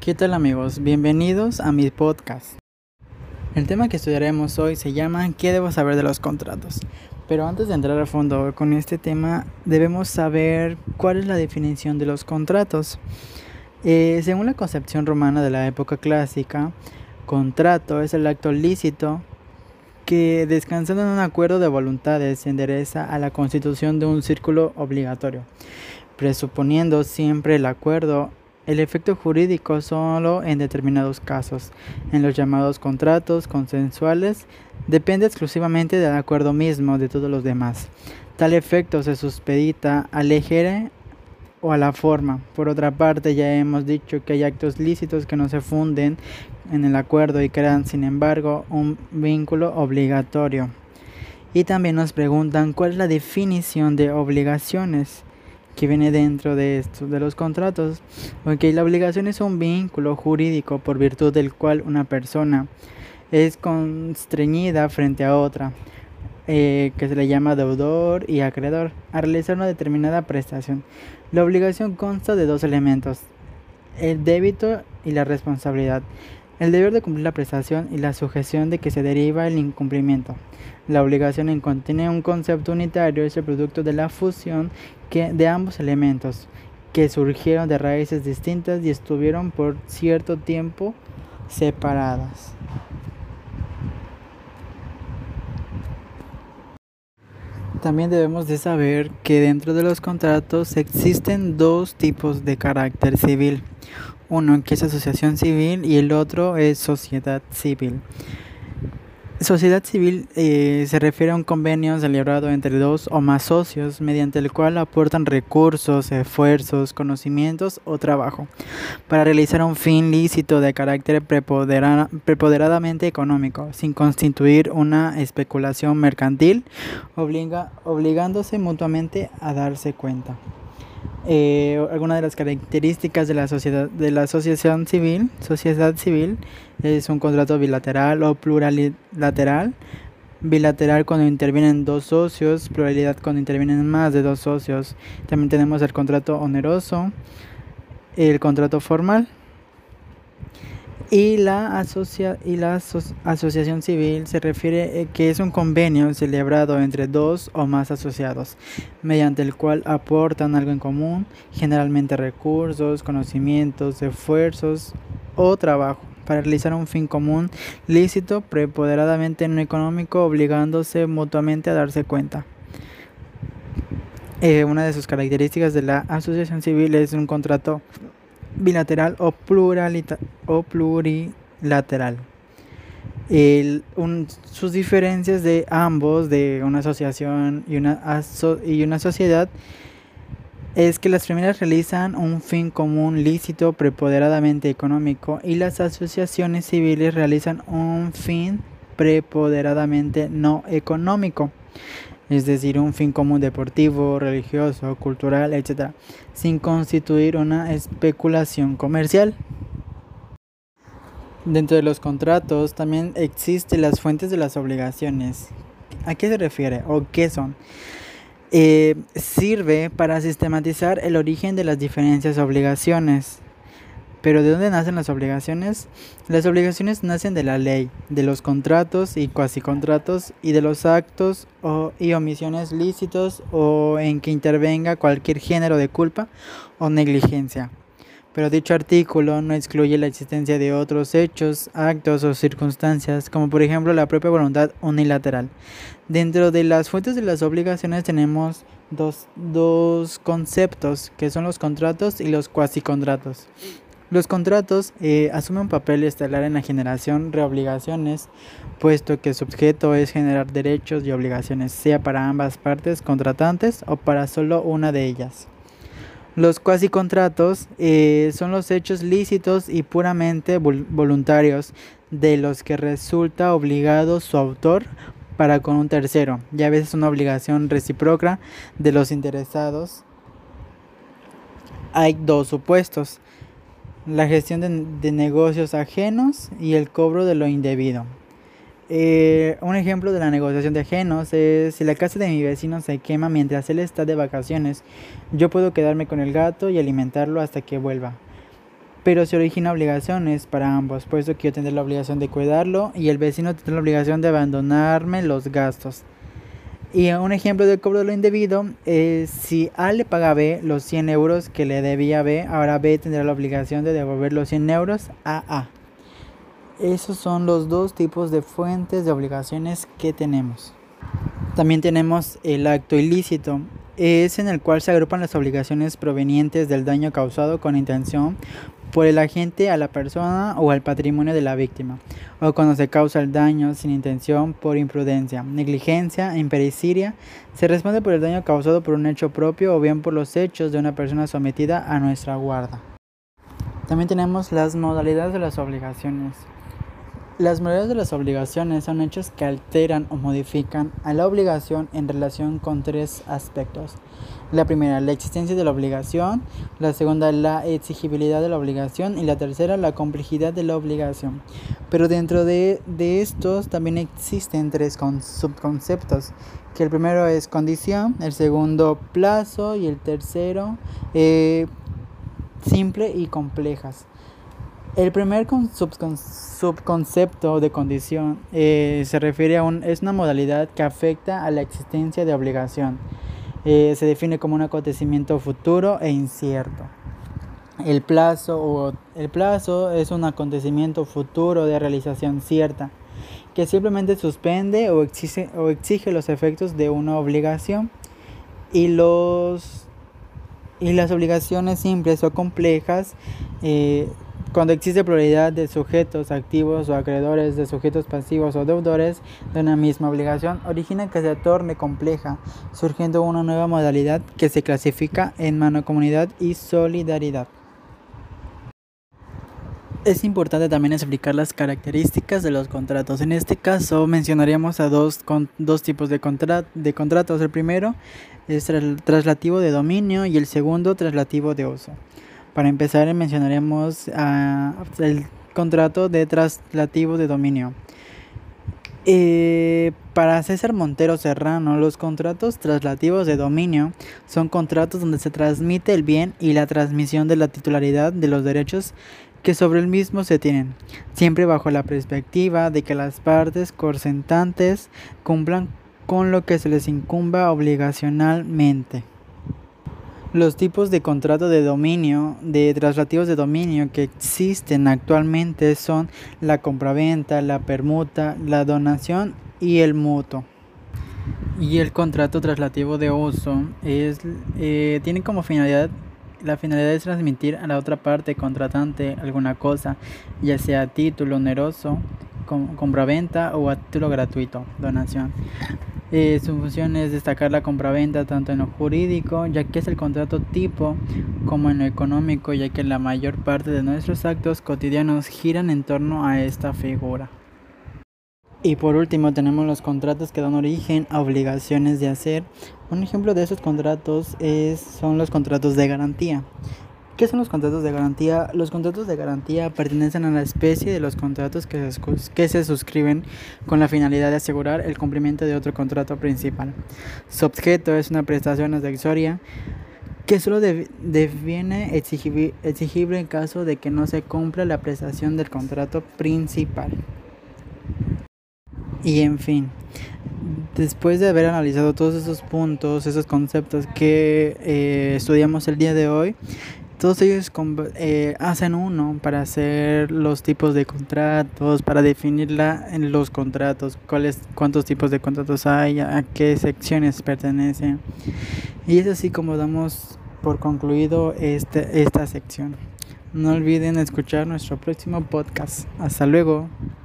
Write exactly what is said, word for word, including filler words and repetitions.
¿Qué tal amigos? Bienvenidos a mi podcast. El tema que estudiaremos hoy se llama ¿qué debo saber de los contratos? Pero antes de entrar a fondo con este tema, debemos saber cuál es la definición de los contratos. Eh, según la concepción romana de la época clásica, contrato es el acto lícito que, descansando en un acuerdo de voluntades, se endereza a la constitución de un círculo obligatorio, presuponiendo siempre el acuerdo. El efecto jurídico solo en determinados casos. En los llamados contratos consensuales depende exclusivamente del acuerdo mismo de todos los demás. Tal efecto se supedita al eje o a la forma. Por otra parte, ya hemos dicho que hay actos lícitos que no se funden en el acuerdo y crean, sin embargo, un vínculo obligatorio. Y también nos preguntan cuál es la definición de obligaciones que viene dentro de esto, de los contratos. Ok, la obligación es un vínculo jurídico por virtud del cual una persona es constreñida frente a otra, eh, que se le llama deudor y acreedor, a realizar una determinada prestación. La obligación consta de dos elementos, el débito y la responsabilidad. El deber de cumplir la prestación y la sujeción de que se deriva el incumplimiento. La obligación contiene un concepto unitario, es el producto de la fusión que, de ambos elementos, que surgieron de raíces distintas y estuvieron por cierto tiempo separadas. También debemos de saber que dentro de los contratos existen dos tipos de carácter civil. Uno que es asociación civil y el otro es sociedad civil. Sociedad civil eh, se refiere a un convenio celebrado entre dos o más socios mediante el cual aportan recursos, esfuerzos, conocimientos o trabajo para realizar un fin lícito de carácter prepodera- preponderadamente económico, sin constituir una especulación mercantil, obliga- obligándose mutuamente a darse cuenta. Eh, alguna de las características de la sociedad de la asociación civil, sociedad civil es un contrato bilateral o plurilateral. Bilateral cuando intervienen dos socios, pluralidad cuando intervienen más de dos socios. También tenemos el contrato oneroso, el contrato formal. Y la, asocia y la aso asociación civil se refiere eh, que es un convenio celebrado entre dos o más asociados, mediante el cual aportan algo en común, generalmente recursos, conocimientos, esfuerzos o trabajo, para realizar un fin común, lícito, preponderadamente no económico, obligándose mutuamente a darse cuenta. Eh, una de sus características de la asociación civil es un contrato bilateral o, o plurilateral. El, un, sus diferencias de ambos, de una asociación y una, aso y una sociedad, es que las primeras realizan un fin común lícito preponderadamente económico y las asociaciones civiles realizan un fin preponderadamente no económico, es decir, un fin común deportivo, religioso, cultural, etcétera, sin constituir una especulación comercial. Dentro de los contratos también existen las fuentes de las obligaciones. ¿A qué se refiere o qué son? Eh, sirve para sistematizar el origen de las diferentes obligaciones. ¿Pero de dónde nacen las obligaciones? Las obligaciones nacen de la ley, de los contratos y cuasicontratos y de los actos o, y omisiones lícitos o en que intervenga cualquier género de culpa o negligencia. Pero dicho artículo no excluye la existencia de otros hechos, actos o circunstancias, como por ejemplo la propia voluntad unilateral. Dentro de las fuentes de las obligaciones tenemos dos, dos conceptos, que son los contratos y los cuasicontratos. Los contratos eh, asumen un papel estelar en la generación de obligaciones, puesto que su objeto es generar derechos y obligaciones, sea para ambas partes contratantes o para solo una de ellas. Los cuasicontratos eh, son los hechos lícitos y puramente vol- voluntarios de los que resulta obligado su autor para con un tercero, y a veces una obligación recíproca de los interesados. Hay dos supuestos: la gestión de, de negocios ajenos y el cobro de lo indebido. Eh, un ejemplo de la negociación de ajenos es: si la casa de mi vecino se quema mientras él está de vacaciones, yo puedo quedarme con el gato y alimentarlo hasta que vuelva. pero se origina obligaciones para ambos, puesto que yo tendré la obligación de cuidarlo y el vecino tendrá la obligación de abandonarme los gastos. Y un ejemplo del cobro de lo indebido es si A le paga a B los cien euros que le debía a B, ahora B tendrá la obligación de devolver los cien euros a A. Esos son los dos tipos de fuentes de obligaciones que tenemos. También tenemos el acto ilícito. Es en el cual se agrupan las obligaciones provenientes del daño causado con intención por el agente a la persona o al patrimonio de la víctima, o cuando se causa el daño sin intención por imprudencia, negligencia, impericiria, se responde por el daño causado por un hecho propio o bien por los hechos de una persona sometida a nuestra guarda. También tenemos las modalidades de las obligaciones. Las modalidades de las obligaciones son hechos que alteran o modifican a la obligación en relación con tres aspectos. La primera, la existencia de la obligación; la segunda, la exigibilidad de la obligación; y la tercera, la complejidad de la obligación. Pero dentro de, de estos también existen tres con, subconceptos, que el primero es condición, el segundo plazo y el tercero eh, simple y complejas. El primer con, subcon, subconcepto de condición eh, se refiere a un, es una modalidad que afecta a la existencia de obligación. Eh, se define como un acontecimiento futuro e incierto. El plazo, o, el plazo es un acontecimiento futuro de realización cierta, que simplemente suspende o exige, o exige los efectos de una obligación. Y, los, y las obligaciones simples o complejas, eh, cuando existe pluralidad de sujetos activos o acreedores, de sujetos pasivos o deudores de una misma obligación, origina que se torne compleja, surgiendo una nueva modalidad que se clasifica en mancomunidad y solidaridad. Es importante también explicar las características de los contratos. En este caso mencionaríamos a dos, con, dos tipos de, contra, de contratos. El primero es el traslativo de dominio y el segundo traslativo de uso. Para empezar, mencionaremos uh, el contrato de traslativo de dominio. Eh, para César Montero Serrano, los contratos traslativos de dominio son contratos donde se transmite el bien y la transmisión de la titularidad de los derechos que sobre el mismo se tienen, siempre bajo la perspectiva de que las partes consentantes cumplan con lo que se les incumba obligacionalmente. Los tipos de contrato de dominio, de traslativos de dominio que existen actualmente son la compraventa, la permuta, la donación y el mutuo. Y el contrato traslativo de uso es, eh, tiene como finalidad, la finalidad es transmitir a la otra parte contratante alguna cosa, ya sea a título oneroso, com- compraventa o a título gratuito, donación. Eh, su función es destacar la compraventa tanto en lo jurídico, ya que es el contrato tipo, como en lo económico, ya que la mayor parte de nuestros actos cotidianos giran en torno a esta figura. Y por último tenemos los contratos que dan origen a obligaciones de hacer. Un ejemplo de esos contratos es, son los contratos de garantía. ¿Qué son los contratos de garantía? Los contratos de garantía pertenecen a la especie de los contratos que se, que se suscriben con la finalidad de asegurar el cumplimiento de otro contrato principal. Su objeto es una prestación accesoria que solo de, deviene exigible, exigible en caso de que no se cumpla la prestación del contrato principal. Y en fin, después de haber analizado todos esos puntos, esos conceptos que eh, estudiamos el día de hoy, todos ellos eh, hacen uno para hacer los tipos de contratos, para definirla en los contratos, cuáles, cuántos tipos de contratos hay, a qué secciones pertenecen. Y es así como damos por concluido este, esta sección. No olviden escuchar nuestro próximo podcast. Hasta luego.